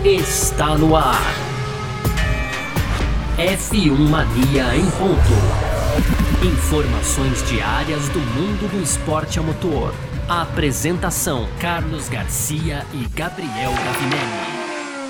está no ar. F1 Mania em ponto. Informações diárias do mundo do esporte a motor. A apresentação: Carlos Garcia e Gabriel Gavinelli.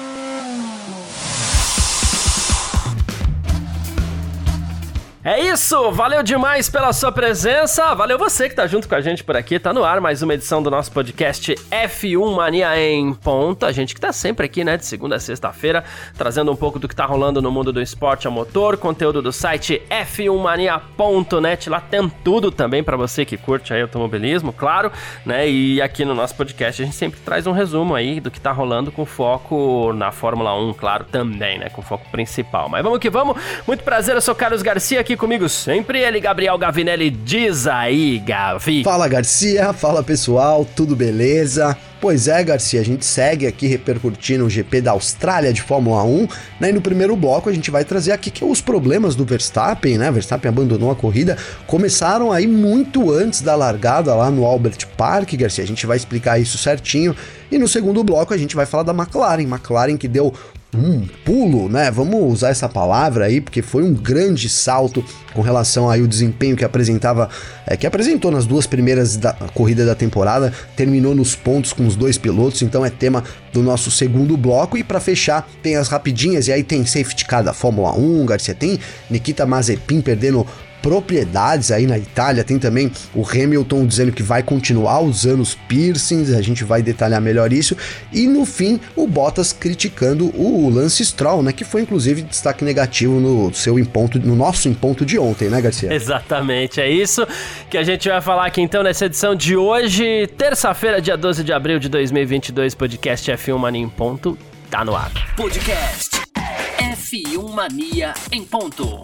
É isso, valeu demais pela sua presença, valeu você que tá junto com a gente por aqui, tá no ar mais uma edição do nosso podcast F1 Mania em ponto, a gente que tá sempre aqui, né, de segunda a sexta-feira, trazendo um pouco do que tá rolando no mundo do esporte a motor, conteúdo do site f1mania.net, lá tem tudo também pra você que curte aí automobilismo, claro, né, e aqui no nosso podcast a gente sempre traz um resumo aí do que tá rolando com foco na Fórmula 1, claro, também, né, com foco principal, mas vamos que vamos, muito prazer, eu sou Carlos Garcia, aqui comigo sempre ele, Gabriel Gavinelli. Diz aí, Gavi. Fala, Garcia, fala pessoal, tudo beleza? Pois é, Garcia, a gente segue aqui repercutindo o GP da Austrália de Fórmula 1, né? E no primeiro bloco a gente vai trazer aqui que os problemas do Verstappen, né? Verstappen abandonou a corrida, começaram aí muito antes da largada lá no Albert Park, Garcia, a gente vai explicar isso certinho. E no segundo bloco a gente vai falar da McLaren que deu um pulo, né? Vamos usar essa palavra aí, porque foi um grande salto com relação aí ao desempenho que apresentou nas duas primeiras corridas da temporada, terminou nos pontos com os dois pilotos, então é tema do nosso segundo bloco. E para fechar, tem as rapidinhas, e aí tem safety car da Fórmula 1, Garcia, tem Nikita Mazepin perdendo propriedades aí na Itália, tem também o Hamilton dizendo que vai continuar usando os piercings, a gente vai detalhar melhor isso, e no fim o Bottas criticando o Lance Stroll, né, que foi inclusive destaque negativo no nosso em ponto de ontem, né, Garcia? Exatamente, é isso que a gente vai falar aqui então nessa edição de hoje, terça-feira, dia 12 de abril de 2022, podcast F1 Mania em ponto, tá no ar. Podcast F1 Mania em ponto.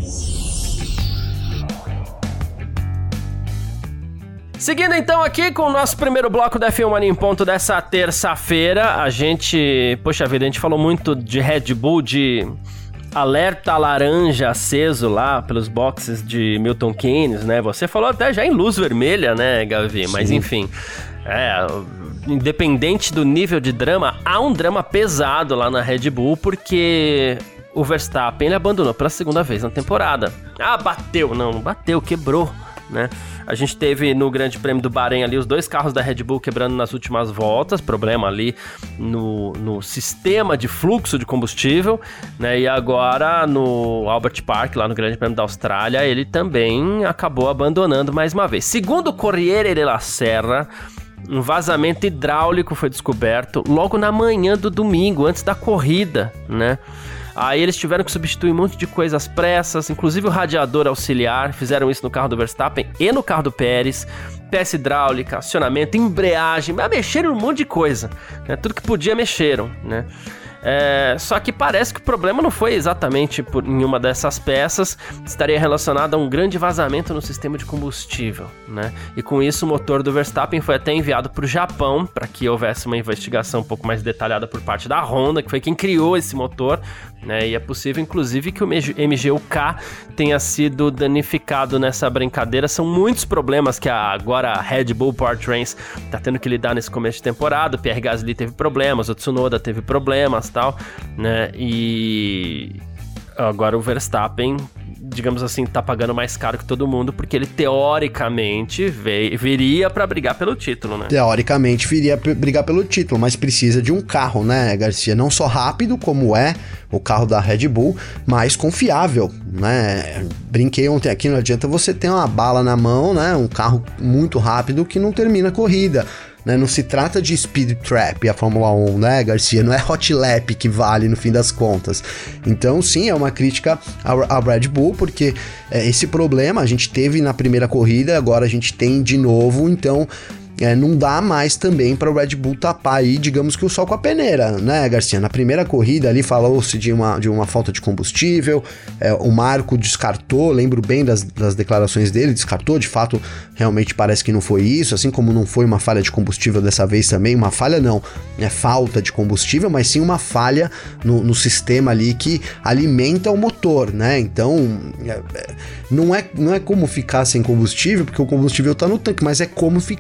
Seguindo então aqui com o nosso primeiro bloco da F1 Mania em ponto dessa terça-feira, a gente falou muito de Red Bull, de alerta laranja aceso lá pelos boxes de Milton Keynes, né? Você falou até já em luz vermelha, né, Gavi? Sim. Mas enfim, independente do nível de drama, há um drama pesado lá na Red Bull, porque o Verstappen ele abandonou pela segunda vez na temporada. Não bateu, quebrou, né? A gente teve no Grande Prêmio do Bahrein ali os dois carros da Red Bull quebrando nas últimas voltas, problema ali no sistema de fluxo de combustível, né? E agora no Albert Park, lá no Grande Prêmio da Austrália, ele também acabou abandonando mais uma vez. Segundo o Corriere della Sera, um vazamento hidráulico foi descoberto logo na manhã do domingo, antes da corrida, né? Aí eles tiveram que substituir um monte de coisas às pressas, inclusive o radiador auxiliar, fizeram isso no carro do Verstappen e no carro do Pérez, peça hidráulica, acionamento, embreagem, mas mexeram um monte de coisa, né? Tudo que podia mexeram, né? Só que parece que o problema não foi exatamente em uma dessas peças, estaria relacionado a um grande vazamento no sistema de combustível, né? E com isso o motor do Verstappen foi até enviado para o Japão para que houvesse uma investigação um pouco mais detalhada por parte da Honda, que foi quem criou esse motor, né? E é possível inclusive que o MGU-K tenha sido danificado nessa brincadeira. São muitos problemas que agora a Red Bull Powertrains está tendo que lidar nesse começo de temporada. O Pierre Gasly teve problemas, o Tsunoda teve problemas, tal, né? E agora o Verstappen, digamos assim, tá pagando mais caro que todo mundo, porque ele teoricamente viria pra brigar pelo título, né? Teoricamente viria pra brigar pelo título, mas precisa de um carro, né, Garcia? Não só rápido, como é o carro da Red Bull, mas confiável, né? Brinquei ontem aqui, não adianta você ter uma bala na mão, né? Um carro muito rápido que não termina a corrida, né? Não se trata de speed trap a Fórmula 1, né, Garcia? Não é hot lap que vale no fim das contas. Então, sim, é uma crítica à Red Bull, porque esse problema a gente teve na primeira corrida, agora a gente tem de novo, então não dá mais também para o Red Bull tapar aí, digamos que o sol com a peneira, né, Garcia? Na primeira corrida ali falou-se de uma falta de combustível, o Marco descartou, lembro bem das declarações dele, descartou, de fato, realmente parece que não foi isso, assim como não foi uma falha de combustível dessa vez também, uma falha não, falta de combustível, mas sim uma falha no sistema ali que alimenta o motor, né? Então, não é como ficar sem combustível, porque o combustível tá no tanque, mas é como ficar sem combustível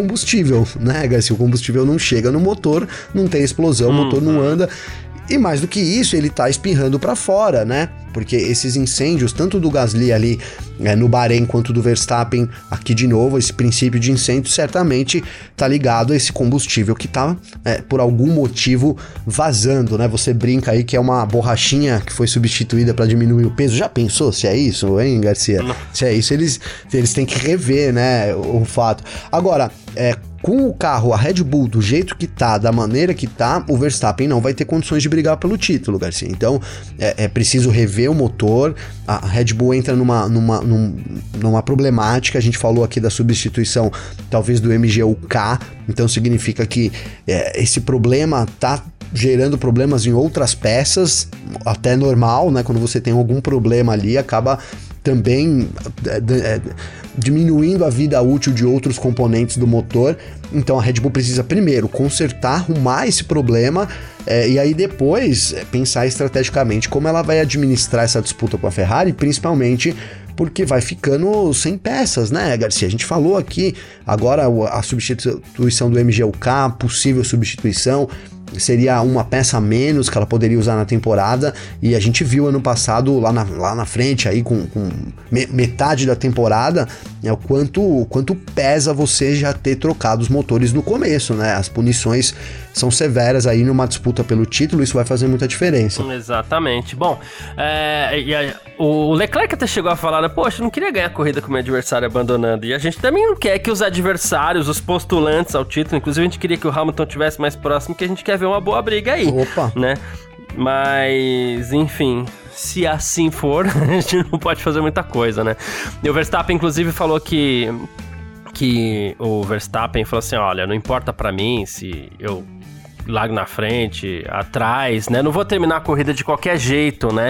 combustível, né, Garcia? O combustível não chega no motor, não tem explosão, o motor não anda. E mais do que isso, ele tá espirrando para fora, né? Porque esses incêndios, tanto do Gasly ali no Bahrein, quanto do Verstappen aqui de novo, esse princípio de incêndio certamente tá ligado a esse combustível que tá, por algum motivo, vazando, né? Você brinca aí que é uma borrachinha que foi substituída para diminuir o peso. Já pensou se é isso, hein, Garcia? Não. Se é isso, eles têm que rever, né, o fato. Agora, com o carro, a Red Bull, do jeito que tá, da maneira que tá, o Verstappen não vai ter condições de brigar pelo título, Garcia. Então, é preciso rever o motor. A Red Bull entra numa problemática. A gente falou aqui da substituição, talvez, do MGU-K. Então, significa que esse problema tá gerando problemas em outras peças, até normal, né? Quando você tem algum problema ali, acaba também diminuindo a vida útil de outros componentes do motor. Então a Red Bull precisa primeiro consertar, arrumar esse problema, e aí depois pensar estrategicamente como ela vai administrar essa disputa com a Ferrari, principalmente porque vai ficando sem peças, né, Garcia? A gente falou aqui, agora a substituição do MGU-K, possível substituição, seria uma peça a menos que ela poderia usar na temporada, e a gente viu ano passado lá na frente aí com metade da temporada, o quanto pesa você já ter trocado os motores no começo, né? As punições são severas aí numa disputa pelo título, isso vai fazer muita diferença. Exatamente. Bom, o Leclerc até chegou a falar, né? Poxa, eu não queria ganhar a corrida com o meu adversário abandonando, e a gente também não quer que os adversários, os postulantes ao título, inclusive a gente queria que o Hamilton estivesse mais próximo, que a gente quer ver uma boa briga aí. Opa! Né? Mas, enfim, se assim for, a gente não pode fazer muita coisa, né? E o Verstappen, inclusive, falou que o Verstappen falou assim, olha, não importa pra mim se eu largo na frente, atrás, né? Não vou terminar a corrida de qualquer jeito, né?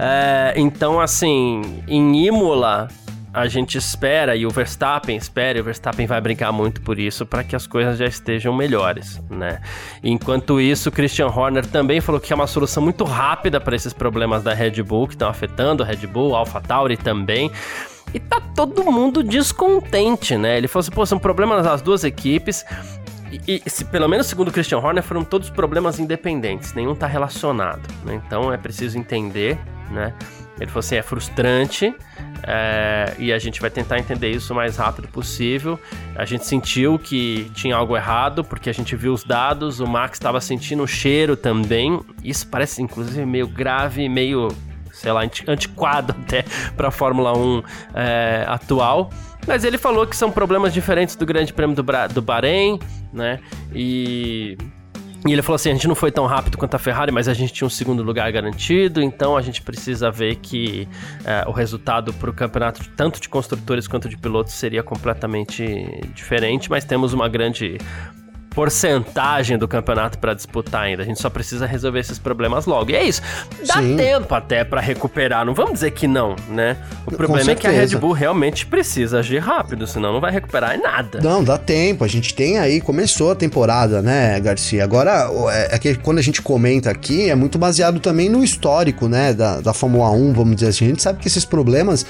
Então, assim, em Imola, a gente espera, e o Verstappen vai brincar muito por isso, para que as coisas já estejam melhores, né? Enquanto isso, o Christian Horner também falou que é uma solução muito rápida para esses problemas da Red Bull, que estão afetando a Red Bull, a AlphaTauri também. E tá todo mundo descontente, né? Ele falou assim, pô, são problemas das duas equipes, e pelo menos segundo o Christian Horner, foram todos problemas independentes, nenhum tá relacionado, né? Então é preciso entender, né? Ele falou assim, é frustrante, e a gente vai tentar entender isso o mais rápido possível. A gente sentiu que tinha algo errado, porque a gente viu os dados, o Max estava sentindo o cheiro também. Isso parece, inclusive, meio grave, meio, sei lá, antiquado até para a Fórmula 1 atual. Mas ele falou que são problemas diferentes do Grande Prêmio do Bahrein, né? E ele falou assim, a gente não foi tão rápido quanto a Ferrari, mas a gente tinha um segundo lugar garantido, então a gente precisa ver que o resultado para o campeonato, tanto de construtores quanto de pilotos, seria completamente diferente, mas temos uma grande porcentagem do campeonato para disputar ainda. A gente só precisa resolver esses problemas logo. E é isso. Dá tempo até para recuperar. Não vamos dizer que não, né? O problema é que a Red Bull realmente precisa agir rápido, senão não vai recuperar em nada. Não, dá tempo. A gente tem aí, começou a temporada, né, Garcia? Agora, é que quando a gente comenta aqui, é muito baseado também no histórico, né, da Fórmula 1, vamos dizer assim. A gente sabe que esses problemas,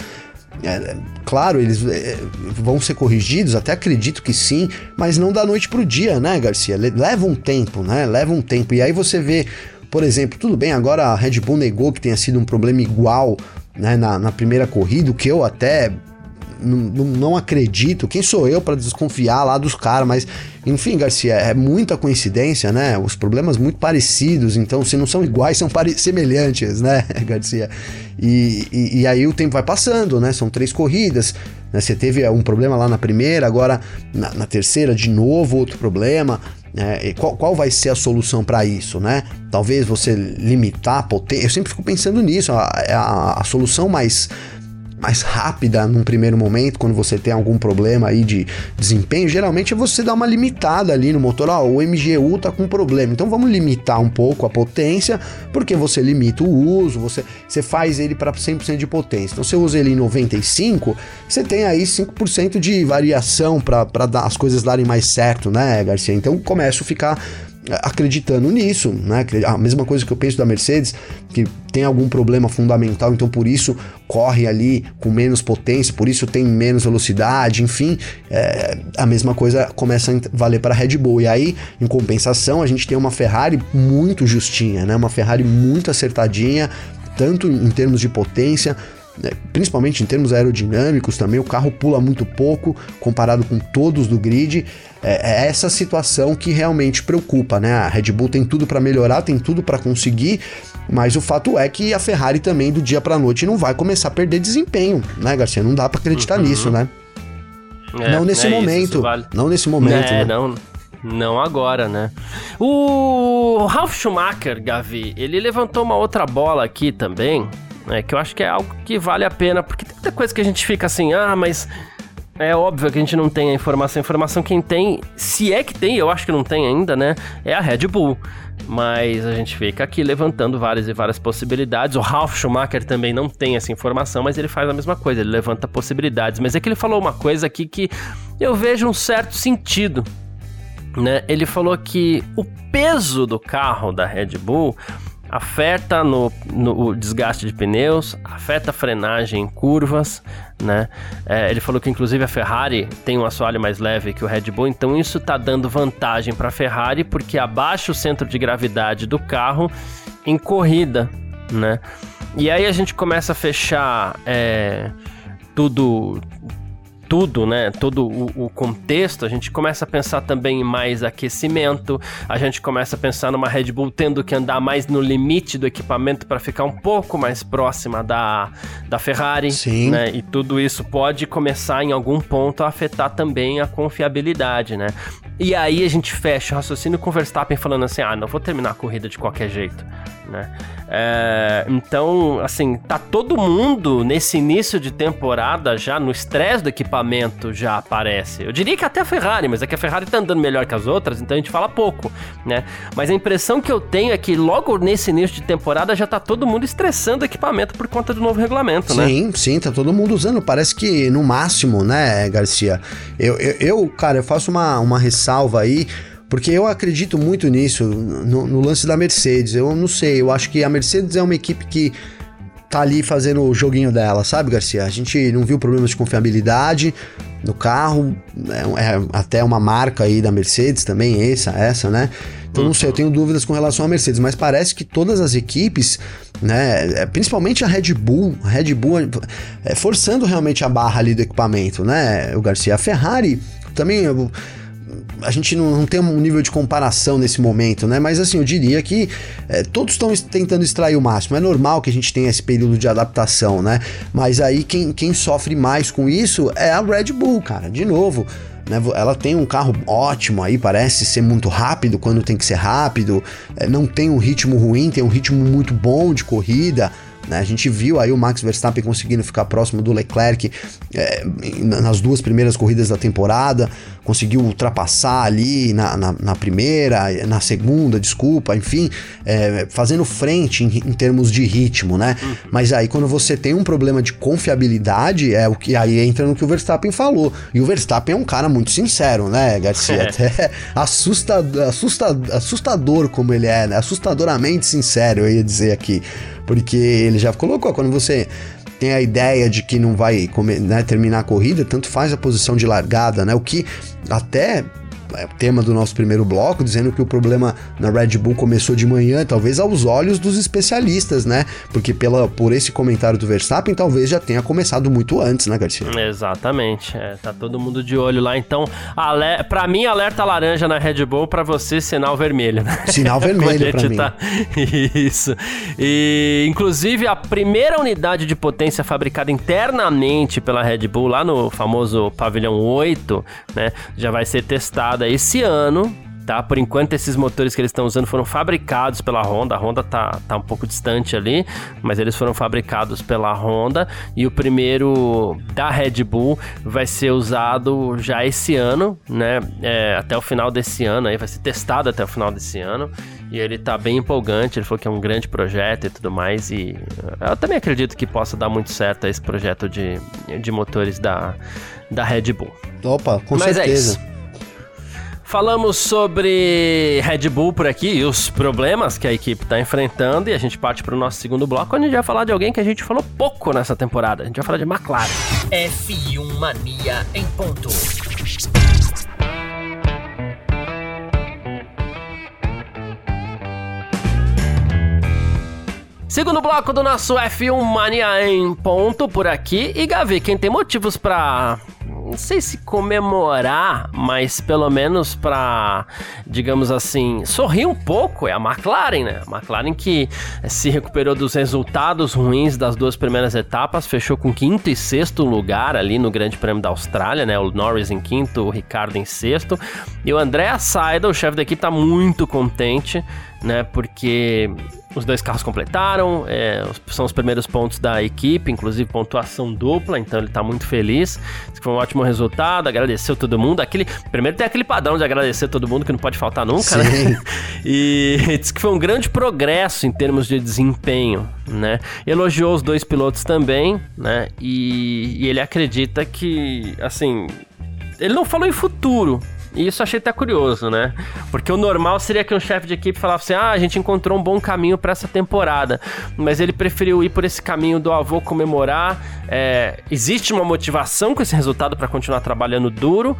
claro, eles vão ser corrigidos, até acredito que sim, mas não da noite pro dia, né, Garcia? Leva um tempo, né? Leva um tempo. E aí você vê, por exemplo, tudo bem, agora a Red Bull negou que tenha sido um problema igual, né, na primeira corrida, o que eu até não acredito. Quem sou eu para desconfiar lá dos caras? Mas, enfim, Garcia, é muita coincidência, né? Os problemas muito parecidos, então se não são iguais, são semelhantes, né, Garcia? E aí o tempo vai passando, né? São 3 corridas, né? Você teve um problema lá na primeira, agora na terceira de novo outro problema. E qual vai ser a solução para isso, né? Talvez você limitar a potência. Eu sempre fico pensando nisso. A solução mais rápida num primeiro momento, quando você tem algum problema aí de desempenho, geralmente é você dar uma limitada ali no motor. O MGU tá com problema, então vamos limitar um pouco a potência, porque você limita o uso, você faz ele para 100% de potência. Então você usa ele em 95, você tem aí 5% de variação para as coisas darem mais certo, né, Garcia? Então começa a ficar acreditando nisso, né? A mesma coisa que eu penso da Mercedes, que tem algum problema fundamental, então por isso corre ali com menos potência, por isso tem menos velocidade, enfim, a mesma coisa começa a valer para a Red Bull. E aí, em compensação, a gente tem uma Ferrari muito justinha, né? Uma Ferrari muito acertadinha, tanto em termos de potência, principalmente em termos aerodinâmicos também. O carro pula muito pouco comparado com todos do grid. É essa situação que realmente preocupa, né? A Red Bull tem tudo para melhorar, tem tudo para conseguir, mas o fato é que a Ferrari também do dia para noite não vai começar a perder desempenho, né, Garcia? Não dá para acreditar nisso, né? Não nesse momento, isso vale. Não nesse momento, né? Não agora, né? O Ralf Schumacher, Gavi, ele levantou uma outra bola aqui também, que eu acho que é algo que vale a pena, porque tem muita coisa que a gente fica assim, mas é óbvio que a gente não tem a informação. A informação quem tem, se é que tem, eu acho que não tem ainda, né? É a Red Bull. Mas a gente fica aqui levantando várias e várias possibilidades. O Ralf Schumacher também não tem essa informação, mas ele faz a mesma coisa, ele levanta possibilidades. Mas é que ele falou uma coisa aqui que eu vejo um certo sentido, né? Ele falou que o peso do carro da Red Bull afeta no desgaste de pneus, afeta a frenagem em curvas, né? Ele falou que inclusive a Ferrari tem um assoalho mais leve que o Red Bull, então isso tá dando vantagem para a Ferrari porque abaixa o centro de gravidade do carro em corrida, né? E aí a gente começa a fechar tudo, né? Todo o contexto, a gente começa a pensar também em mais aquecimento, a gente começa a pensar numa Red Bull tendo que andar mais no limite do equipamento para ficar um pouco mais próxima da Ferrari, sim, né? E tudo isso pode começar em algum ponto a afetar também a confiabilidade, né? E aí a gente fecha o raciocínio com o Verstappen falando assim, não vou terminar a corrida de qualquer jeito, né? Então, assim, tá todo mundo nesse início de temporada já no estresse do equipamento já aparece. Eu diria que até a Ferrari, mas é que a Ferrari tá andando melhor que as outras, então a gente fala pouco, né? Mas a impressão que eu tenho é que logo nesse início de temporada já tá todo mundo estressando o equipamento por conta do novo regulamento, né? Sim, tá todo mundo usando, parece que no máximo, né, Garcia? Cara, eu faço uma ressalva aí, porque eu acredito muito nisso, no lance da Mercedes. Eu não sei, eu acho que a Mercedes é uma equipe que tá ali fazendo o joguinho dela, sabe, Garcia? A gente não viu problemas de confiabilidade no carro, até uma marca aí da Mercedes também, essa, né? Então não sei, eu tenho dúvidas com relação à Mercedes, mas parece que todas as equipes, né, principalmente a Red Bull forçando realmente a barra ali do equipamento, né, o Garcia? A Ferrari também... A gente não tem um nível de comparação nesse momento, né? Mas assim, eu diria que todos estão tentando extrair o máximo. É normal que a gente tenha esse período de adaptação, né? Mas aí quem sofre mais com isso é a Red Bull, cara. De novo, né? Ela tem um carro ótimo aí, parece ser muito rápido quando tem que ser rápido. Não tem um ritmo ruim, tem um ritmo muito bom de corrida. A gente viu aí o Max Verstappen conseguindo ficar próximo do Leclerc nas duas primeiras corridas da temporada, conseguiu ultrapassar ali na primeira, na segunda, desculpa, enfim, fazendo frente em termos de ritmo, né? Mas aí quando você tem um problema de confiabilidade, o que aí entra no que o Verstappen falou. E o Verstappen é um cara muito sincero, né, Garcia? Até assustador como ele é, né? Assustadoramente sincero, eu ia dizer aqui. Porque ele já colocou, quando você tem a ideia de que não vai terminar a corrida, tanto faz a posição de largada, né? O que até é o tema do nosso primeiro bloco, dizendo que o problema na Red Bull começou de manhã, talvez aos olhos dos especialistas, né? Porque por esse comentário do Verstappen, talvez já tenha começado muito antes, né, Garcia? Exatamente, tá todo mundo de olho lá, então, pra mim, alerta laranja na Red Bull, pra você, sinal vermelho, né? Sinal vermelho pra mim. Isso, e inclusive a primeira unidade de potência fabricada internamente pela Red Bull, lá no famoso pavilhão 8, né, já vai ser testada esse ano, tá? Por enquanto, esses motores que eles estão usando foram fabricados pela Honda. A Honda tá um pouco distante ali, mas eles foram fabricados pela Honda. E o primeiro da Red Bull vai ser usado já esse ano, né? Até o final desse ano, aí vai ser testado até o final desse ano. E ele tá bem empolgante, ele falou que é um grande projeto e tudo mais. E eu também acredito que possa dar muito certo esse projeto de motores da Red Bull. Opa, com certeza. É isso. Falamos sobre Red Bull por aqui e os problemas que a equipe está enfrentando, e a gente parte para o nosso segundo bloco, onde a gente vai falar de alguém que a gente falou pouco nessa temporada. A gente vai falar de McLaren. F1 Mania em ponto. Segundo bloco do nosso F1 Mania em ponto por aqui. E Gavi, quem tem motivos pra, não sei se comemorar, mas pelo menos pra, digamos assim, sorrir um pouco, é a McLaren, né? A McLaren que se recuperou dos resultados ruins das duas primeiras etapas, fechou com 5º e 6º lugar ali no Grande Prêmio da Austrália, né? O Norris em 5º, o Ricciardo em 6º. E o Andrea Seidl, o chefe da equipe, tá muito contente, né? Porque os dois carros completaram, são os primeiros pontos da equipe, inclusive pontuação dupla, então ele tá muito feliz. Diz que foi um ótimo resultado, agradeceu todo mundo. Primeiro tem aquele padrão de agradecer todo mundo que não pode faltar nunca, sim, né? E diz que foi um grande progresso em termos de desempenho, né? Elogiou os dois pilotos também, né? E ele acredita que, assim, ele não falou em futuro. E isso eu achei até curioso, né? Porque o normal seria que um chefe de equipe falasse assim: a gente encontrou um bom caminho para essa temporada. Mas ele preferiu ir por esse caminho do vou comemorar. Existe uma motivação com esse resultado para continuar trabalhando duro,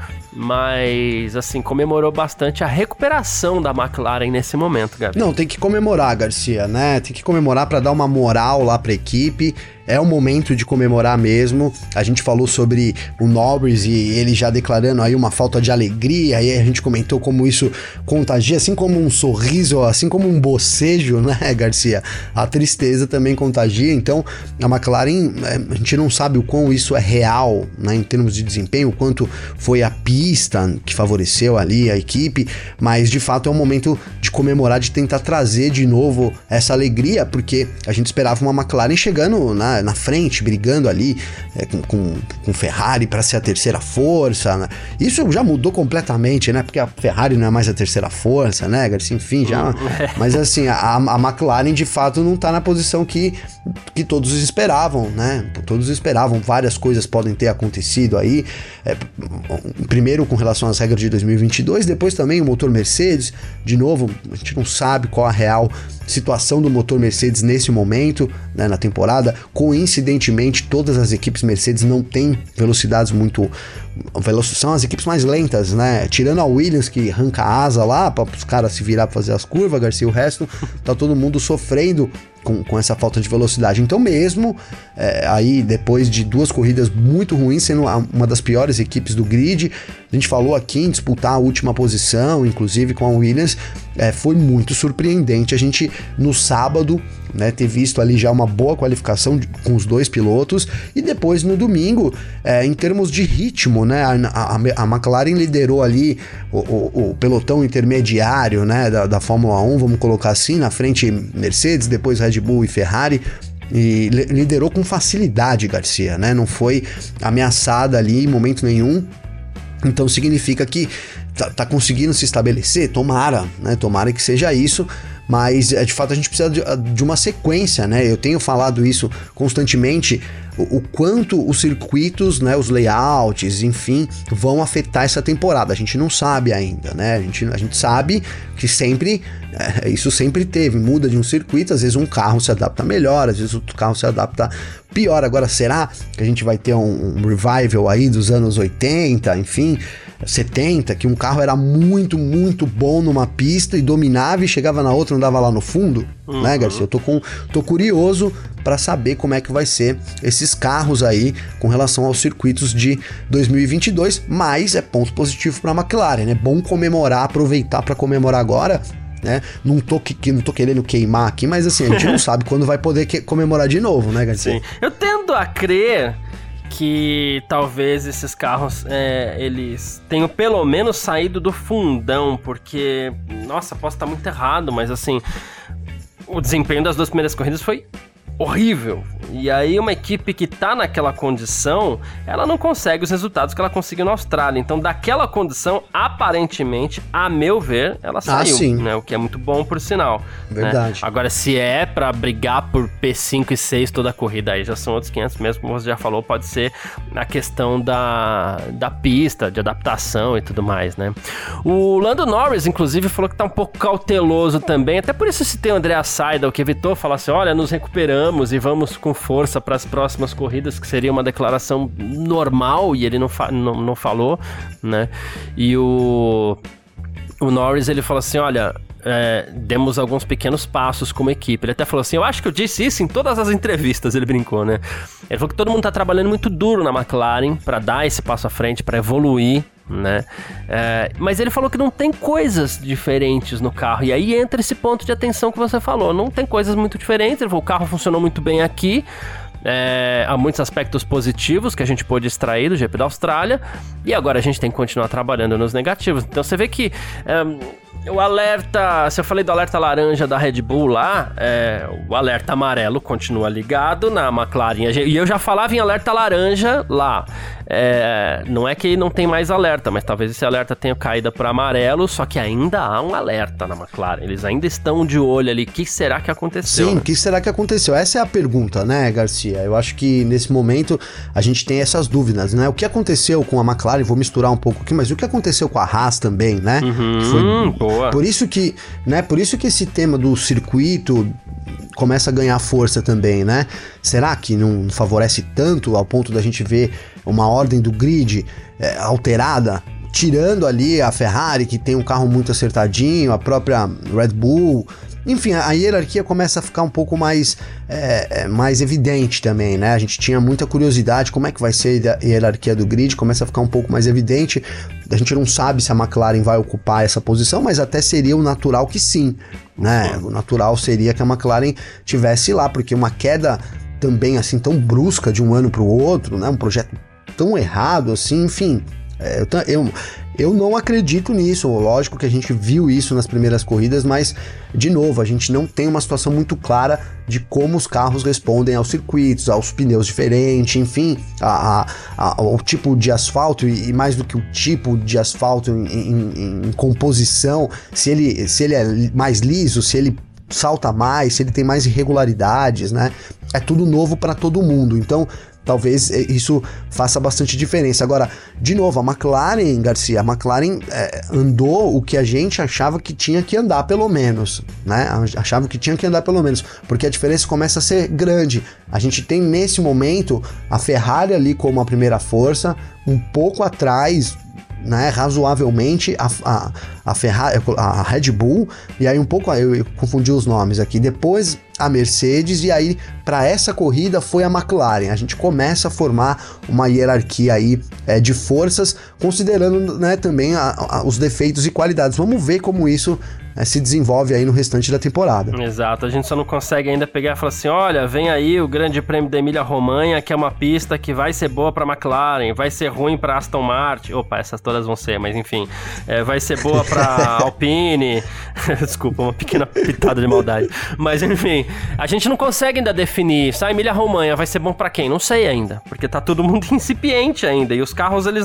mas, assim, comemorou bastante a recuperação da McLaren nesse momento, Gabi. Não, tem que comemorar, Garcia, né? Tem que comemorar para dar uma moral lá pra equipe. É o momento de comemorar mesmo. A gente falou sobre o Norris e ele já declarando aí uma falta de alegria, aí a gente comentou como isso contagia, assim como um sorriso, assim como um bocejo, né, Garcia? A tristeza também contagia. Então, a McLaren, a gente não sabe o quão isso é real, né, em termos de desempenho, o quanto foi a pista que favoreceu ali a equipe, mas de fato é um momento de comemorar, de tentar trazer de novo essa alegria, porque a gente esperava uma McLaren chegando na frente, brigando ali com Ferrari para ser a terceira força, né? Isso já mudou completamente, né? Porque a Ferrari não é mais a terceira força, né, Garcia? Enfim, já... Mas assim, a McLaren de fato não tá na posição que todos esperavam, né? Todos esperavam, várias coisas podem ter acontecido aí. Primeiro com relação às regras de 2022, depois também o motor Mercedes. De novo, a gente não sabe qual a real situação do motor Mercedes nesse momento, né, na temporada. Coincidentemente, todas as equipes Mercedes não têm velocidades muito... São as equipes mais lentas, né? Tirando a Williams, que arranca a asa lá para os caras se virar para fazer as curvas, Garcia, o resto tá todo mundo sofrendo com essa falta de velocidade. Então mesmo aí depois de duas corridas muito ruins, sendo uma das piores equipes do grid, a gente falou aqui em disputar a última posição, inclusive com a Williams, foi muito surpreendente a gente no sábado, né, ter visto ali já uma boa qualificação com os dois pilotos, e depois no domingo, em termos de ritmo, né, a McLaren liderou ali o pelotão intermediário, né, da Fórmula 1, vamos colocar assim, na frente Mercedes, depois Red Bull e Ferrari, e liderou com facilidade, Garcia, né, não foi ameaçada ali em momento nenhum. Então significa que tá conseguindo se estabelecer, tomara, né? Tomara que seja isso, mas de fato a gente precisa de uma sequência, né? Eu tenho falado isso constantemente, o quanto os circuitos, né, os layouts, enfim, vão afetar essa temporada. A gente não sabe ainda, né? A gente sabe que sempre, isso sempre teve, muda de um circuito, às vezes um carro se adapta melhor, às vezes outro carro se adapta pior. Agora, será que a gente vai ter um revival aí dos anos 80, enfim, 70, que um carro era muito, muito bom numa pista e dominava e chegava na outra e andava lá no fundo, né, Garcia? Eu tô curioso para saber como é que vai ser esses carros aí com relação aos circuitos de 2022, mas é ponto positivo para a McLaren, né? Bom comemorar, aproveitar para comemorar agora, né? Não tô querendo queimar aqui, mas assim, a gente não sabe quando vai poder comemorar de novo, né, Garcia? Sim. Eu tendo a crer que talvez esses carros eles tenham pelo menos saído do fundão, porque, nossa, posso estar muito errado, mas assim, o desempenho das duas primeiras corridas foi horrível, E aí uma equipe que tá naquela condição, ela não consegue os resultados que ela conseguiu na Austrália. Então, daquela condição, aparentemente, a meu ver, ela saiu, sim. né? O que é muito bom, por sinal. Verdade. Né? Agora, se é pra brigar por P5 e 6 toda a corrida, aí já são outros 500 mesmo, como você já falou, pode ser a questão da pista, de adaptação e tudo mais, né? O Lando Norris, inclusive, falou que tá um pouco cauteloso também, até por isso citei o Andrea Seidel, que evitou falar assim, olha, nos recuperamos e vamos com força para as próximas corridas, que seria uma declaração normal, e ele não falou, né? E o Norris, ele falou assim, olha... demos alguns pequenos passos como equipe. Ele até falou assim, eu acho que eu disse isso em todas as entrevistas, ele brincou, né? Ele falou que todo mundo tá trabalhando muito duro na McLaren para dar esse passo à frente, para evoluir, né? Mas ele falou que não tem coisas diferentes no carro, e aí entra esse ponto de atenção que você falou, não tem coisas muito diferentes. Ele falou, o carro funcionou muito bem aqui, há muitos aspectos positivos que a gente pôde extrair do GP da Austrália, e agora a gente tem que continuar trabalhando nos negativos. Então você vê que o alerta, se eu falei do alerta laranja da Red Bull lá, o alerta amarelo continua ligado na McLaren, e eu já falava em alerta laranja lá. Não é que não tem mais alerta, mas talvez esse alerta tenha caído para amarelo, só que ainda há um alerta na McLaren, eles ainda estão de olho ali, o que será que aconteceu? Sim, o que será que aconteceu? Essa é a pergunta, né, Garcia? Eu acho que nesse momento a gente tem essas dúvidas, né? O que aconteceu com a McLaren, vou misturar um pouco aqui, mas o que aconteceu com a Haas também, né? Boa. Por isso que esse tema do circuito começa a ganhar força também, né? Será que não favorece tanto ao ponto da gente ver uma ordem do grid alterada, tirando ali a Ferrari, que tem um carro muito acertadinho, a própria Red Bull... Enfim, a hierarquia começa a ficar um pouco mais evidente também, né? A gente tinha muita curiosidade, como é que vai ser a hierarquia do grid, começa a ficar um pouco mais evidente. A gente não sabe se a McLaren vai ocupar essa posição, mas até seria o natural que sim, né? O natural seria que a McLaren tivesse lá, porque uma queda também assim tão brusca de um ano para o outro, né? Um projeto tão errado assim, enfim... Eu não acredito nisso. Lógico que a gente viu isso nas primeiras corridas, mas, de novo, a gente não tem uma situação muito clara de como os carros respondem aos circuitos, aos pneus diferentes, enfim, ao tipo de asfalto e mais do que o tipo de asfalto em composição, se ele é mais liso, se ele salta mais, se ele tem mais irregularidades, né? É tudo novo para todo mundo, então talvez isso faça bastante diferença. Agora, de novo, a McLaren, Garcia, a McLaren andou o que a gente achava que tinha que andar pelo menos, né? Achava que tinha que andar pelo menos, porque a diferença começa a ser grande. A gente tem nesse momento a Ferrari ali como a primeira força, um pouco atrás, né, razoavelmente a Ferrari, a Red Bull, e aí um pouco, eu confundi os nomes aqui, depois a Mercedes, e aí para essa corrida foi a McLaren. A gente começa a formar uma hierarquia aí de forças, considerando, né, também os defeitos e qualidades. Vamos ver como isso se desenvolve aí no restante da temporada. Exato, a gente só não consegue ainda pegar e falar assim, olha, vem aí o Grande Prêmio da Emília-Romanha, que é uma pista que vai ser boa pra McLaren, vai ser ruim pra Aston Martin, opa, essas todas vão ser, mas enfim, vai ser boa pra Alpine, desculpa, uma pequena pitada de maldade, mas enfim, a gente não consegue ainda definir, a Emília-Romanha vai ser bom pra quem? Não sei ainda, porque tá todo mundo incipiente ainda, e os carros, eles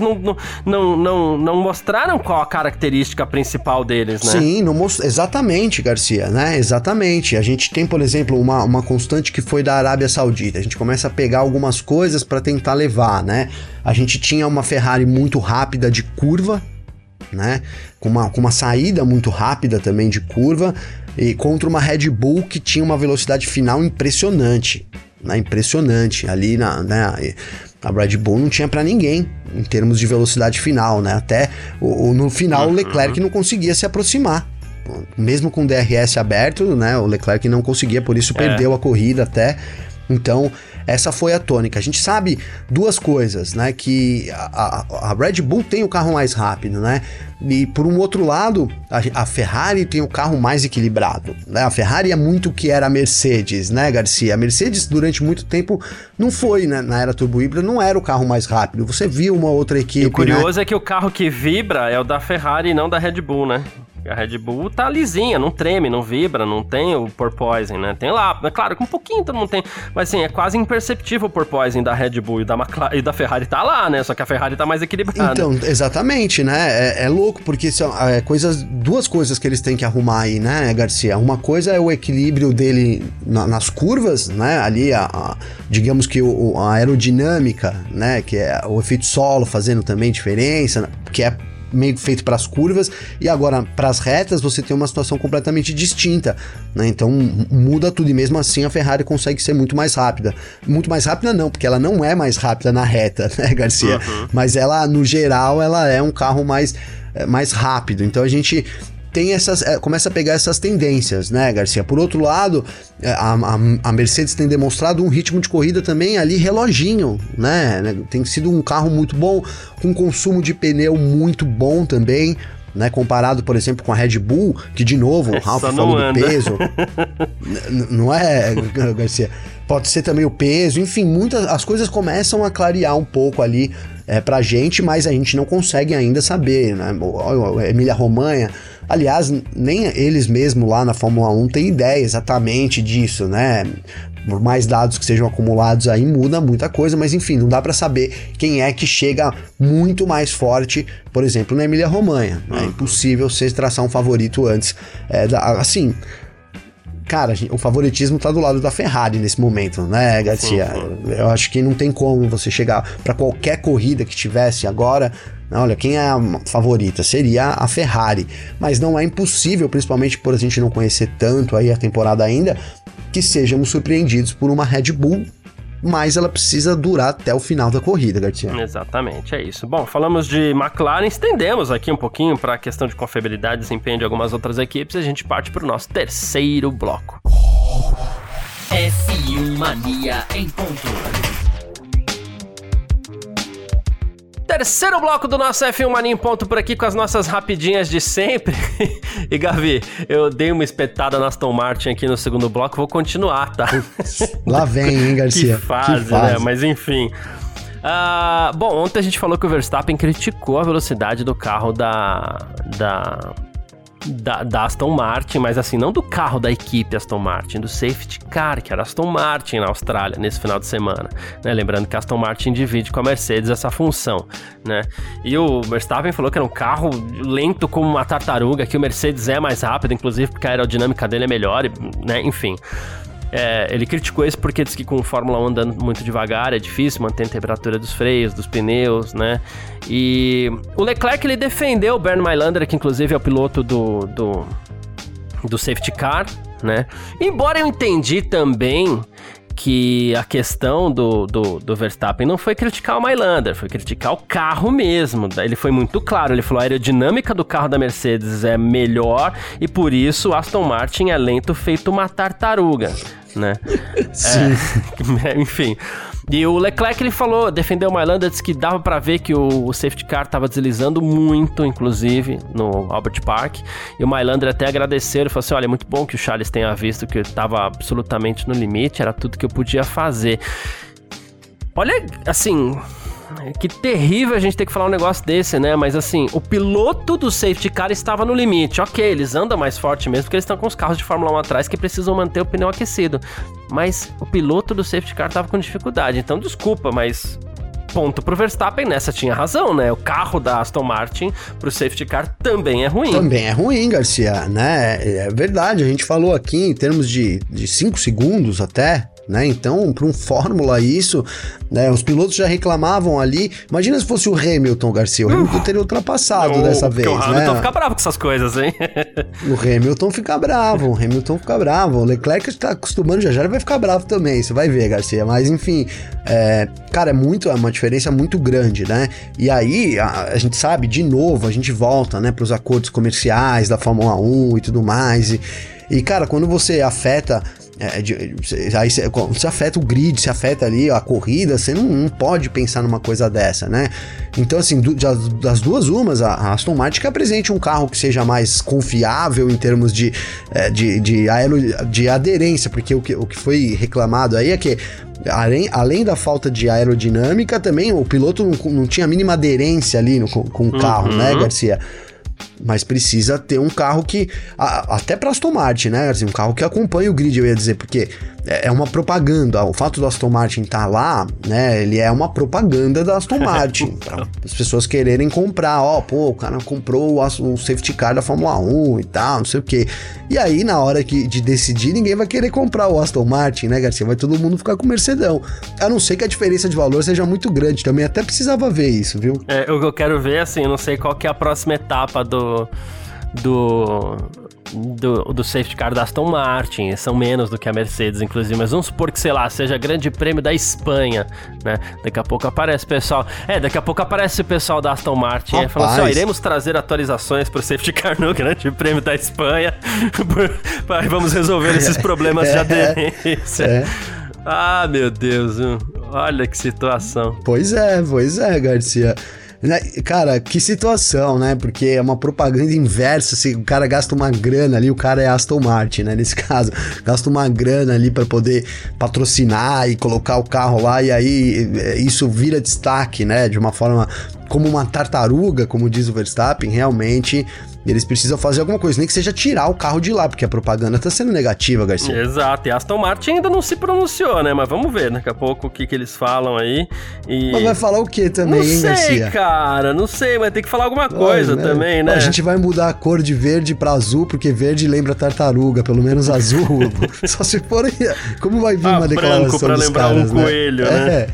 não mostraram qual a característica principal deles, né? Sim, não mostraram. Exatamente, Garcia, né? Exatamente. A gente tem, por exemplo, uma constante que foi da Arábia Saudita. A gente começa a pegar algumas coisas para tentar levar, né? A gente tinha uma Ferrari muito rápida de curva, né? Com uma saída muito rápida também de curva, e contra uma Red Bull que tinha uma velocidade final impressionante, né? Impressionante. Ali a Red Bull não tinha para ninguém em termos de velocidade final, né? Até no final o Leclerc não conseguia se aproximar. Mesmo com o DRS aberto, né, o Leclerc não conseguia, por isso perdeu a corrida até. Então, essa foi a tônica. A gente sabe duas coisas, né, que a Red Bull tem o carro mais rápido, né, e por um outro lado, a Ferrari tem o carro mais equilibrado, né, a Ferrari é muito o que era a Mercedes, né, Garcia? A Mercedes, durante muito tempo, não foi, né, na era turbo híbrida, não era o carro mais rápido, você viu uma outra equipe, e o curioso, né, é que o carro que vibra é o da Ferrari e não da Red Bull, né? A Red Bull tá lisinha, não treme, não vibra, não tem o porpoising, né? Tem lá, é claro que um pouquinho todo mundo tem, mas assim, é quase imperceptível o porpoising da Red Bull e da Ferrari tá lá, né? Só que a Ferrari tá mais equilibrada. Então, exatamente, né? É louco, porque são duas coisas que eles têm que arrumar aí, né, Garcia? Uma coisa é o equilíbrio dele nas curvas, né? Ali, digamos que a aerodinâmica, né? Que é o efeito solo fazendo também diferença, que é meio feito para as curvas, e agora para as retas você tem uma situação completamente distinta, né? Então muda tudo, e mesmo assim a Ferrari consegue ser muito mais rápida não, porque ela não é mais rápida na reta, né, Garcia? Mas ela, no geral, ela é um carro mais rápido, então a gente tem começa a pegar essas tendências, né, Garcia? Por outro lado, a Mercedes tem demonstrado um ritmo de corrida também ali reloginho, né? Tem sido um carro muito bom, com consumo de pneu muito bom também, né? Comparado, por exemplo, com a Red Bull, que de novo, o Ralf falou do peso. Não é, Garcia? Pode ser também o peso, enfim, as coisas começam a clarear um pouco ali pra gente, mas a gente não consegue ainda saber, né? Emília-Romanha, aliás, nem eles mesmos lá na Fórmula 1 têm ideia exatamente disso, né? Por mais dados que sejam acumulados aí, muda muita coisa, mas enfim, não dá pra saber quem é que chega muito mais forte, por exemplo, na Emília-Romanha. É impossível você traçar um favorito antes. Assim, cara, o favoritismo tá do lado da Ferrari nesse momento, né, Garcia? Eu acho que não tem como você chegar pra qualquer corrida que tivesse agora, olha, quem é a favorita? Seria a Ferrari, mas não é impossível, principalmente por a gente não conhecer tanto aí a temporada ainda, que sejamos surpreendidos por uma Red Bull, mas ela precisa durar até o final da corrida, Garcia. Exatamente, é isso. Bom, falamos de McLaren, estendemos aqui um pouquinho para a questão de confiabilidade e desempenho de algumas outras equipes, e a gente parte para o nosso terceiro bloco. F1 Mania em ponto. Terceiro bloco do nosso F1 Mania em ponto por aqui com as nossas rapidinhas de sempre. E Gavi, eu dei uma espetada na Aston Martin aqui no segundo bloco, vou continuar, tá? Lá vem, hein, Garcia? Que fase, né? Mas enfim. Bom, ontem a gente falou que o Verstappen criticou a velocidade do carro da Aston Martin, mas assim, não do carro da equipe Aston Martin, do safety car, que era Aston Martin na Austrália, nesse final de semana, né? Lembrando que a Aston Martin divide com a Mercedes essa função, né? E o Verstappen falou que era um carro lento como uma tartaruga, que o Mercedes é mais rápido, inclusive porque a aerodinâmica dele é melhor, né? Enfim. Ele criticou isso porque diz que com Fórmula 1 andando muito devagar é difícil manter a temperatura dos freios, dos pneus, né? E o Leclerc, ele defendeu o Bernd Maylander, que inclusive é o piloto do safety car, né? Embora eu entendi também que a questão do Verstappen não foi criticar o Maylander, foi criticar o carro mesmo. Ele foi muito claro, ele falou: a aerodinâmica do carro da Mercedes é melhor e por isso o Aston Martin é lento feito uma tartaruga, né? Sim. Enfim. E o Leclerc, ele falou, defendeu o Maylander, disse que dava pra ver que o safety car tava deslizando muito, inclusive, no Albert Park. E o Maylander até agradeceu, ele falou assim: olha, é muito bom que o Charles tenha visto que eu tava absolutamente no limite, era tudo que eu podia fazer. Olha, assim, que terrível a gente ter que falar um negócio desse, né? Mas assim, o piloto do safety car estava no limite. Ok, eles andam mais forte mesmo, porque eles estão com os carros de Fórmula 1 atrás que precisam manter o pneu aquecido. Mas o piloto do safety car estava com dificuldade. Então, desculpa, mas ponto pro Verstappen, nessa tinha razão, né? O carro da Aston Martin pro safety car também é ruim. Também é ruim, Garcia, né? É verdade, a gente falou aqui em termos de 5 segundos até, né? Então, para um Fórmula isso, né? Os pilotos já reclamavam ali. Imagina se fosse o Hamilton, Garcia. O Hamilton teria ultrapassado dessa vez, o Hamilton fica bravo com essas coisas, hein? O Hamilton fica bravo. O Leclerc está acostumando, já ele vai ficar bravo também, você vai ver, Garcia. Mas enfim, cara, é uma diferença muito grande, né? E aí, a gente sabe, de novo, a gente volta, né, para os acordos comerciais da Fórmula 1 e tudo mais. E cara, quando você afeta aí você afeta o grid, você afeta ali a corrida, você não pode pensar numa coisa dessa, né? Então, assim, das duas umas, a Aston Martin que apresente um carro que seja mais confiável em termos de aderência, porque o que foi reclamado aí é que além da falta de aerodinâmica, também o piloto não tinha a mínima aderência ali com o carro, né, Garcia? mas precisa ter um carro que, até pra Aston Martin, né, assim, um carro que acompanha o grid, eu ia dizer, porque é uma propaganda, o fato do Aston Martin estar lá, né, ele é uma propaganda da Aston Martin, para as pessoas quererem comprar, o cara comprou o safety car da Fórmula 1 e tal, não sei o que, e aí na hora de decidir, ninguém vai querer comprar o Aston Martin, né, Garcia, vai todo mundo ficar com o Mercedão, a não ser que a diferença de valor seja muito grande, também até precisava ver isso, viu? O que eu quero ver, assim, eu não sei qual que é a próxima etapa do safety car da Aston Martin, são menos do que a Mercedes, inclusive, mas vamos supor que, sei lá, seja grande prêmio da Espanha, né? Daqui a pouco aparece o pessoal, o pessoal da Aston Martin, falando assim, iremos trazer atualizações pro safety car no grande prêmio da Espanha, vamos resolver esses problemas de aderência. Ah, meu Deus, olha que situação. Pois é, Garcia. Cara, que situação, né? Porque é uma propaganda inversa, se o cara gasta uma grana ali, o cara é Aston Martin, né? Nesse caso, gasta uma grana ali para poder patrocinar e colocar o carro lá, e aí isso vira destaque, né? De uma forma como uma tartaruga, como diz o Verstappen, realmente eles precisam fazer alguma coisa, nem que seja tirar o carro de lá, porque a propaganda tá sendo negativa, Garcia. Exato, e a Aston Martin ainda não se pronunciou, né? Mas vamos ver daqui a pouco o que eles falam aí. Mas vai falar o que também, hein, Garcia? Não sei, cara, não sei, mas tem que falar alguma coisa também, né? A gente vai mudar a cor de verde pra azul, porque verde lembra tartaruga, pelo menos azul. Só se for... Como vai vir uma declaração pra dos lembrar caras, um coelho, né?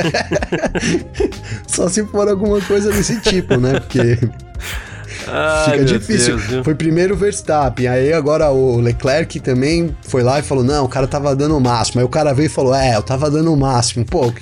Só se for alguma coisa desse tipo, né? Porque... fica difícil. Deus, foi primeiro o Verstappen, aí agora o Leclerc também foi lá e falou, não, o cara tava dando o máximo. Aí o cara veio e falou, eu tava dando o máximo. Pô,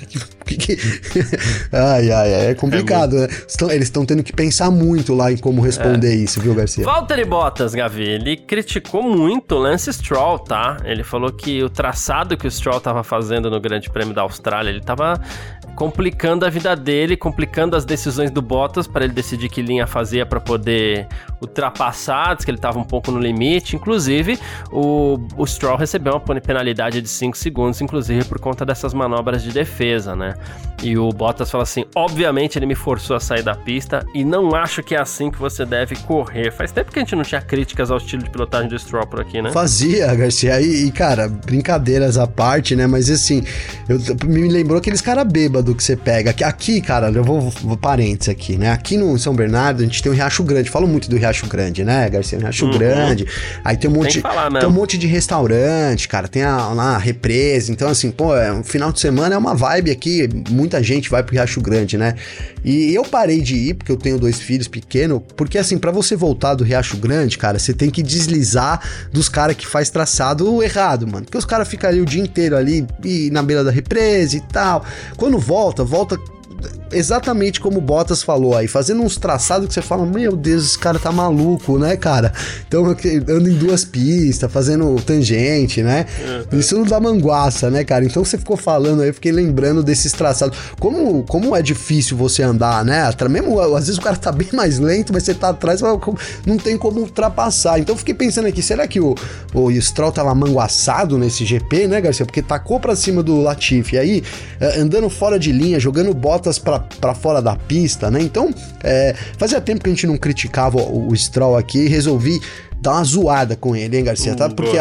ai, é complicado, né? Eles estão tendo que pensar muito lá em como responder isso, viu, Garcia? Valtteri Bottas, Gavi, ele criticou muito o Lance Stroll, tá? Ele falou que o traçado que o Stroll tava fazendo no Grande Prêmio da Austrália, ele tava complicando a vida dele, complicando as decisões do Bottas para ele decidir que linha fazia para poder ultrapassar, diz que ele estava um pouco no limite. Inclusive, o Stroll recebeu uma penalidade de 5 segundos, inclusive por conta dessas manobras de defesa, né? E o Bottas fala assim, obviamente ele me forçou a sair da pista e não acho que é assim que você deve correr. Faz tempo que a gente não tinha críticas ao estilo de pilotagem do Stroll por aqui, né? Fazia, Garcia, e cara, brincadeiras à parte, né? Mas assim, me lembrou aqueles caras bêbados que você pega. Aqui, cara, eu vou parênteses aqui, né? Aqui no São Bernardo, a gente tem o Riacho Grande. Falo muito do Riacho Grande, né, Garcia? Riacho Grande. Aí tem um monte de restaurante, cara. Tem lá a represa. Então, assim, pô, um final de semana é uma vibe aqui. Muita gente vai pro Riacho Grande, né? E eu parei de ir, porque eu tenho 2 filhos pequenos, porque, assim, pra você voltar do Riacho Grande, cara, você tem que deslizar dos caras que faz traçado errado, mano. Porque os caras ficam ali o dia inteiro ali, e na beira da represa e tal. Quando volta exatamente como o Bottas falou aí, fazendo uns traçados que você fala, meu Deus, esse cara tá maluco, né, cara? Então, anda em 2 pistas, fazendo tangente, né? Isso não dá manguaça, né, cara? Então, você ficou falando aí, eu fiquei lembrando desses traçados. Como é difícil você andar, né? Mesmo, às vezes o cara tá bem mais lento, mas você tá atrás, não tem como ultrapassar. Então, eu fiquei pensando aqui, será que o Stroll tava manguaçado nesse GP, né, Garcia? Porque tacou pra cima do Latifi, aí, andando fora de linha, jogando Bottas pra fora da pista, né? Então, fazia tempo que a gente não criticava o Stroll aqui, resolvi dar uma zoada com ele, hein, Garcia? Tá? Porque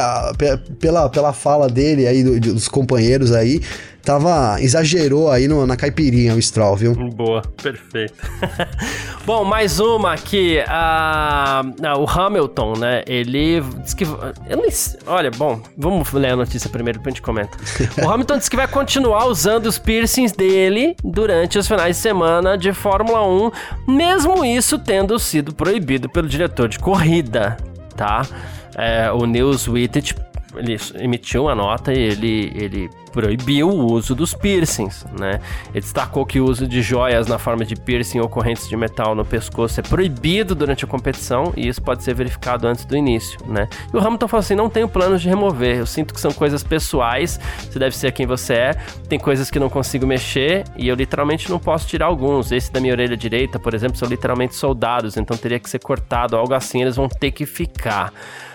pela fala dele aí, dos companheiros aí, exagerou aí na caipirinha o Stroll, viu? Boa, perfeito. Bom, mais uma aqui, o Hamilton, né, ele disse que... Olha, bom, vamos ler a notícia primeiro, depois a gente comenta. O Hamilton disse que vai continuar usando os piercings dele durante os finais de semana de Fórmula 1, mesmo isso tendo sido proibido pelo diretor de corrida, tá? O Niels Wittich, ele emitiu uma nota e ele proibiu o uso dos piercings, né? Ele destacou que o uso de joias na forma de piercing ou correntes de metal no pescoço é proibido durante a competição e isso pode ser verificado antes do início, né? E o Hamilton falou assim, não tenho planos de remover, eu sinto que são coisas pessoais, você deve ser quem você é, tem coisas que não consigo mexer e eu literalmente não posso tirar alguns. Esse da minha orelha direita, por exemplo, são literalmente soldados, então teria que ser cortado, algo assim, eles vão ter que ficar.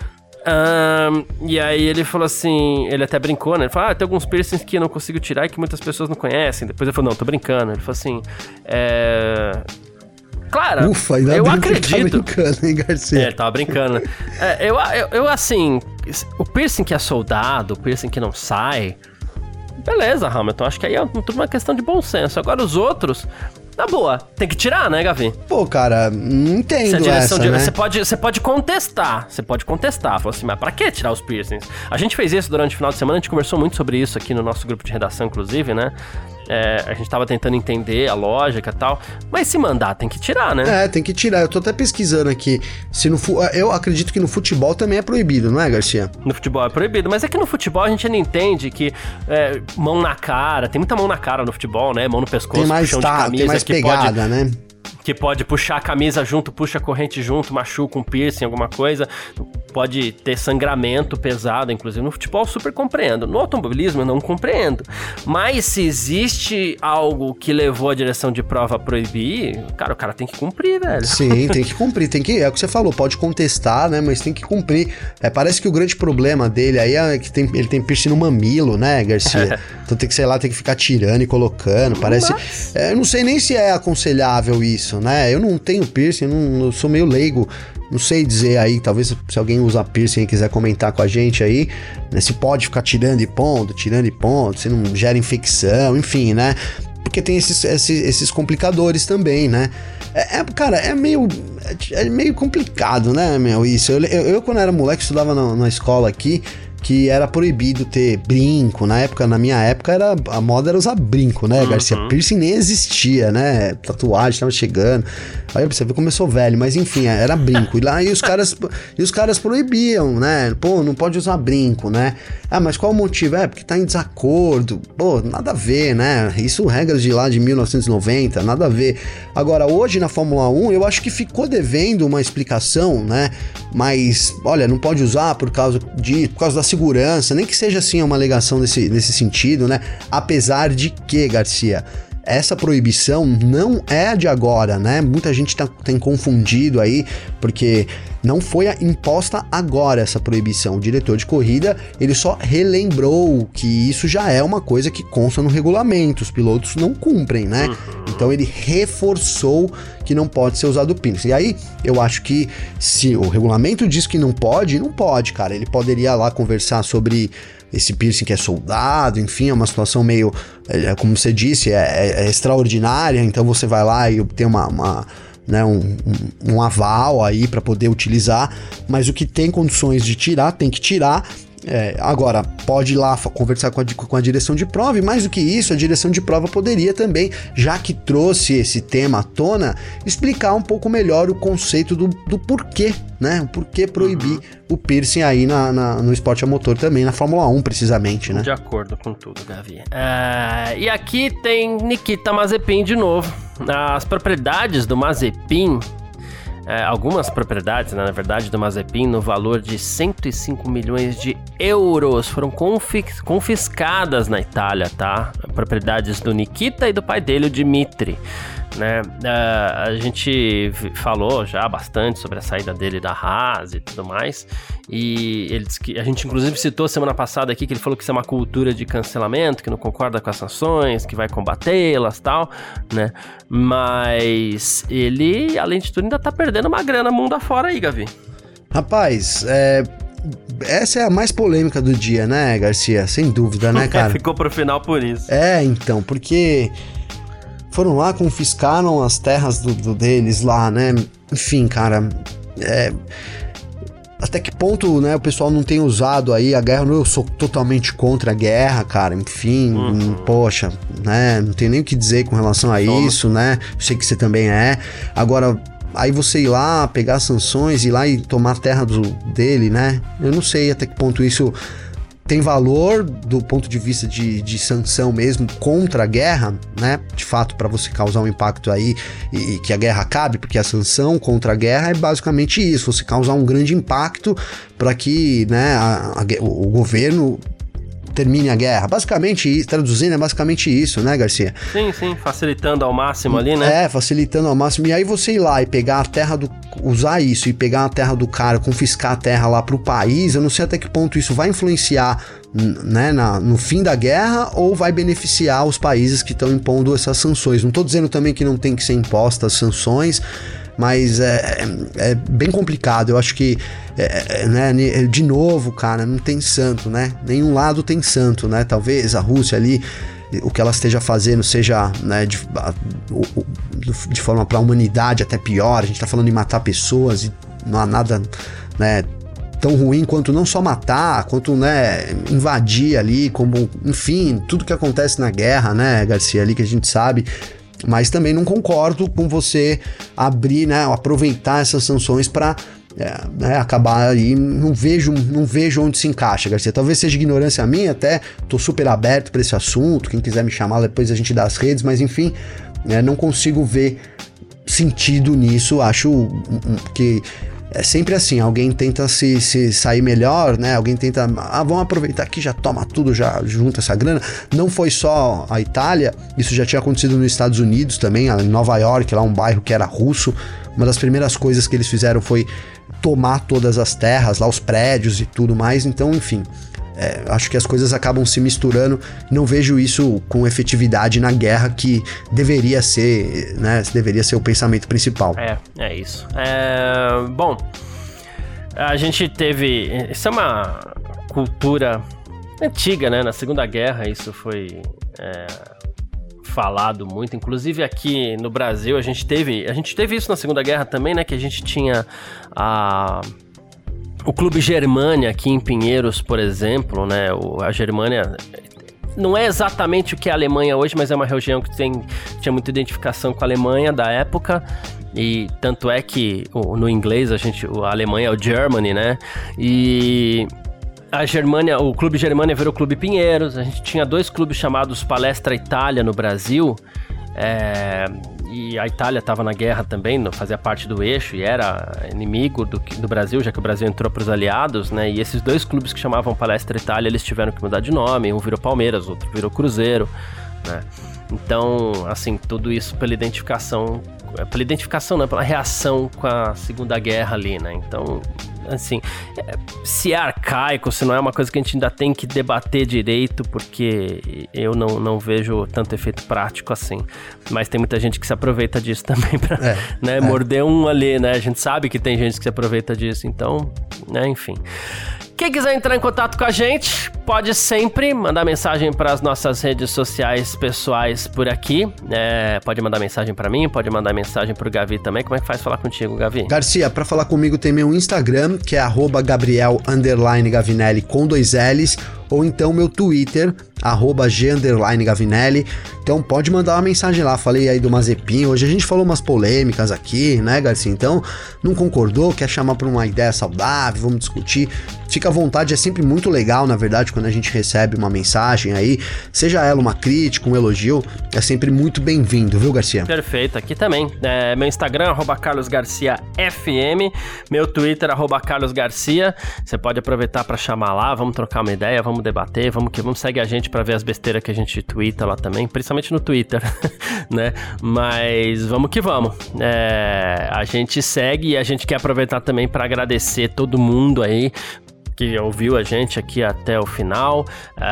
E aí ele falou assim, ele até brincou, né? Ele falou, tem alguns piercings que eu não consigo tirar e que muitas pessoas não conhecem. Depois ele falou, não, tô brincando. Ele falou assim, Claro, Ufa, ainda eu bem que acredito. ele tá brincando, hein, Garcia? Ele tava brincando. Eu, assim, o piercing que é soldado, o piercing que não sai, beleza, Hamilton, acho que aí é tudo uma questão de bom senso. Agora os outros, na boa, tem que tirar, né, Gavi? Pô, cara, não entendo essa, né? Você pode contestar, falar assim, mas pra que tirar os piercings? A gente fez isso durante o final de semana, a gente conversou muito sobre isso aqui no nosso grupo de redação, inclusive, né? A gente tava tentando entender a lógica e tal, mas se mandar, tem que tirar, né? Tem que tirar. Eu tô até pesquisando aqui. Eu acredito que no futebol também é proibido, não é, Garcia? No futebol é proibido, mas é que no futebol a gente ainda entende que mão na cara, tem muita mão na cara no futebol, né? Mão no pescoço, puxão de camisa, tem mais pegada, né? Que pode puxar a camisa junto, puxa a corrente junto, machuca um piercing, alguma coisa. Pode ter sangramento pesado, inclusive. No futebol, super compreendo. No automobilismo, eu não compreendo. Mas se existe algo que levou a direção de prova a proibir, cara, o cara tem que cumprir, velho. Sim, tem que cumprir. É o que você falou, pode contestar, né? Mas tem que cumprir. Parece que o grande problema dele aí é que ele tem piercing no mamilo, né, Garcia? Então tem que, sei lá, tem que ficar tirando e colocando. Parece... eu não sei nem se é aconselhável isso, né? Eu não tenho piercing, eu sou meio leigo. Não sei dizer aí, talvez se alguém usa piercing e quiser comentar com a gente aí, né, se pode ficar tirando e pondo, se não gera infecção, enfim, né? Porque tem esses complicadores também, né? Cara, é meio complicado, né, meu, isso. Eu quando era moleque, estudava na escola aqui, que era proibido ter brinco. Na minha época, a moda era usar brinco, né, Garcia? Piercing nem existia, né? Tatuagem tava chegando. Aí você vê como eu sou velho, mas enfim, era brinco. E os caras proibiam, né? Pô, não pode usar brinco, né? Mas qual o motivo? Porque tá em desacordo. Pô, nada a ver, né? Isso regras de lá de 1990, nada a ver. Agora, hoje na Fórmula 1, eu acho que ficou devendo uma explicação, né? Mas, olha, não pode usar por causa da segurança, nem que seja assim uma alegação nesse sentido, né? Apesar de que, Garcia, essa proibição não é de agora, né? Muita gente tem confundido aí, porque não foi imposta agora essa proibição. O diretor de corrida, ele só relembrou que isso já é uma coisa que consta no regulamento, os pilotos não cumprem, né? Então ele reforçou que não pode ser usado o piercing. E aí, eu acho que se o regulamento diz que não pode, cara. Ele poderia lá conversar sobre esse piercing que é soldado, enfim, é uma situação meio, como você disse, é extraordinária, então você vai lá e obtém um aval aí para poder utilizar, mas o que tem condições de tirar, tem que tirar. Agora, pode ir lá conversar com a direção de prova, e mais do que isso, a direção de prova poderia também, já que trouxe esse tema à tona, explicar um pouco melhor o conceito do porquê, né? O porquê proibir o piercing aí no esporte a motor também, na Fórmula 1 precisamente, né? De acordo com tudo, Gavi. E aqui tem Nikita Mazepin de novo. As propriedades do Mazepin, algumas propriedades, né, na verdade, do Mazepin, no valor de 105 milhões de euros, foram confiscadas na Itália, tá? Propriedades do Nikita e do pai dele, o Dmitry, né? A gente falou já bastante sobre a saída dele da Haas e tudo mais, e ele disse que, a gente inclusive citou semana passada aqui, que ele falou que isso é uma cultura de cancelamento, que não concorda com as sanções, que vai combatê-las e tal, né? Mas ele, além de tudo, ainda tá perdendo uma grana mundo afora aí, Gavi. Rapaz, essa é a mais polêmica do dia, né, Garcia? Sem dúvida, né, cara? Ficou pro final por isso. Então, porque foram lá, confiscaram as terras deles lá, né? Enfim, cara, até que ponto, né, o pessoal não tem usado aí a guerra? Eu sou totalmente contra a guerra, cara, enfim, poxa, né, não tem nem o que dizer com relação a isso, né? Eu sei que você também é. Agora, aí você ir lá, pegar sanções, ir lá e tomar a terra dele, né? Eu não sei até que ponto isso tem valor do ponto de vista de sanção mesmo contra a guerra, né? De fato, para você causar um impacto aí e que a guerra acabe, porque a sanção contra a guerra é basicamente isso, você causar um grande impacto para que, né, o governo termine a guerra. Basicamente, traduzindo, é basicamente isso, né, Garcia? Sim, facilitando ao máximo ali, né? Facilitando ao máximo. E aí você ir lá e pegar a terra usar isso e pegar a terra do cara, confiscar a terra lá pro país, eu não sei até que ponto isso vai influenciar, né, no fim da guerra ou vai beneficiar os países que estão impondo essas sanções. Não tô dizendo também que não tem que ser impostas sanções, mas é bem complicado. Eu acho que, né, de novo, cara, não tem santo, né? Nenhum lado tem santo, né? Talvez a Rússia ali, o que ela esteja fazendo seja, né, de forma para a humanidade até pior. A gente tá falando em matar pessoas e não há nada, né, tão ruim quanto não só matar, quanto, né, invadir ali, como, enfim, tudo que acontece na guerra, né, Garcia, ali que a gente sabe. Mas também não concordo com você abrir, né, aproveitar essas sanções para acabar aí. Não vejo onde se encaixa, Garcia. Talvez seja ignorância minha, até tô super aberto para esse assunto. Quem quiser me chamar, depois a gente dá as redes, mas enfim, não consigo ver sentido nisso. Acho que é sempre assim, alguém tenta se sair melhor, né? Alguém tenta, vamos aproveitar aqui, já toma tudo, já junta essa grana. Não foi só a Itália, isso já tinha acontecido nos Estados Unidos também, em Nova York, lá um bairro que era russo. Uma das primeiras coisas que eles fizeram foi tomar todas as terras, lá os prédios e tudo mais. Então, enfim, acho que as coisas acabam se misturando. Não vejo isso com efetividade na guerra, que deveria ser, né, deveria ser o pensamento principal. É isso. Bom, a gente teve... Isso é uma cultura antiga, né? Na Segunda Guerra isso foi falado muito. Inclusive aqui no Brasil a gente teve isso na Segunda Guerra também, né? Que a gente tinha o Clube Germânia aqui em Pinheiros, por exemplo, né? A Germânia não é exatamente o que é a Alemanha hoje, mas é uma região que tinha muita identificação com a Alemanha da época. E tanto é que no inglês a Alemanha é o Germany, né? E a Germânia, o Clube Germânia virou Clube Pinheiros. A gente tinha 2 clubes chamados Palestra Itália no Brasil. E a Itália estava na guerra também, fazia parte do eixo e era inimigo do Brasil, já que o Brasil entrou para os aliados, né? E esses 2 clubes que chamavam Palestra Itália, eles tiveram que mudar de nome. Um virou Palmeiras, outro virou Cruzeiro, né? Então, assim, tudo isso pela identificação não, pela reação com a Segunda Guerra ali, né? Então, assim, se é arcaico, se não é uma coisa que a gente ainda tem que debater direito, porque eu não vejo tanto efeito prático assim. Mas tem muita gente que se aproveita disso também pra morder um ali, né? A gente sabe que tem gente que se aproveita disso, então, né, enfim. Quem quiser entrar em contato com a gente, pode sempre mandar mensagem para as nossas redes sociais pessoais por aqui. Pode mandar mensagem para mim, pode mandar mensagem pro Gavi também. Como é que faz falar contigo, Gavi? Garcia, para falar comigo tem meu Instagram, que é @Gabriel_Gavinelli com 2 L's, ou então meu Twitter, @G_Gavinelli. Então pode mandar uma mensagem lá. Falei aí do Mazepin, hoje a gente falou umas polêmicas aqui, né, Garcia? Então, não concordou, quer chamar para uma ideia saudável, vamos discutir, fica à vontade. É sempre muito legal, na verdade, quando a gente recebe uma mensagem aí, seja ela uma crítica, um elogio, é sempre muito bem-vindo, viu, Garcia? Perfeito, aqui também. Meu Instagram, @CarlosGarciaFM, meu Twitter, @CarlosGarcia. Você pode aproveitar para chamar lá, vamos trocar uma ideia, vamos debater, vamos seguir a gente para ver as besteiras que a gente twitta lá também, principalmente no Twitter, né? Mas vamos que vamos. A gente segue e a gente quer aproveitar também para agradecer todo mundo aí que ouviu a gente aqui até o final,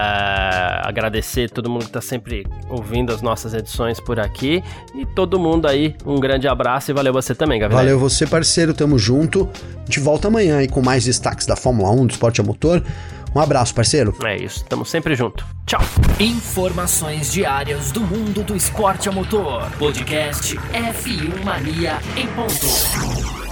agradecer todo mundo que tá sempre ouvindo as nossas edições por aqui, e todo mundo aí, um grande abraço e valeu você também, Gabriel. Valeu você, parceiro, tamo junto, a gente volta amanhã aí com mais destaques da Fórmula 1, do esporte a motor. Um abraço, parceiro. É isso, tamo sempre junto. Tchau. Informações diárias do mundo do esporte a motor. Podcast F1 Mania em ponto.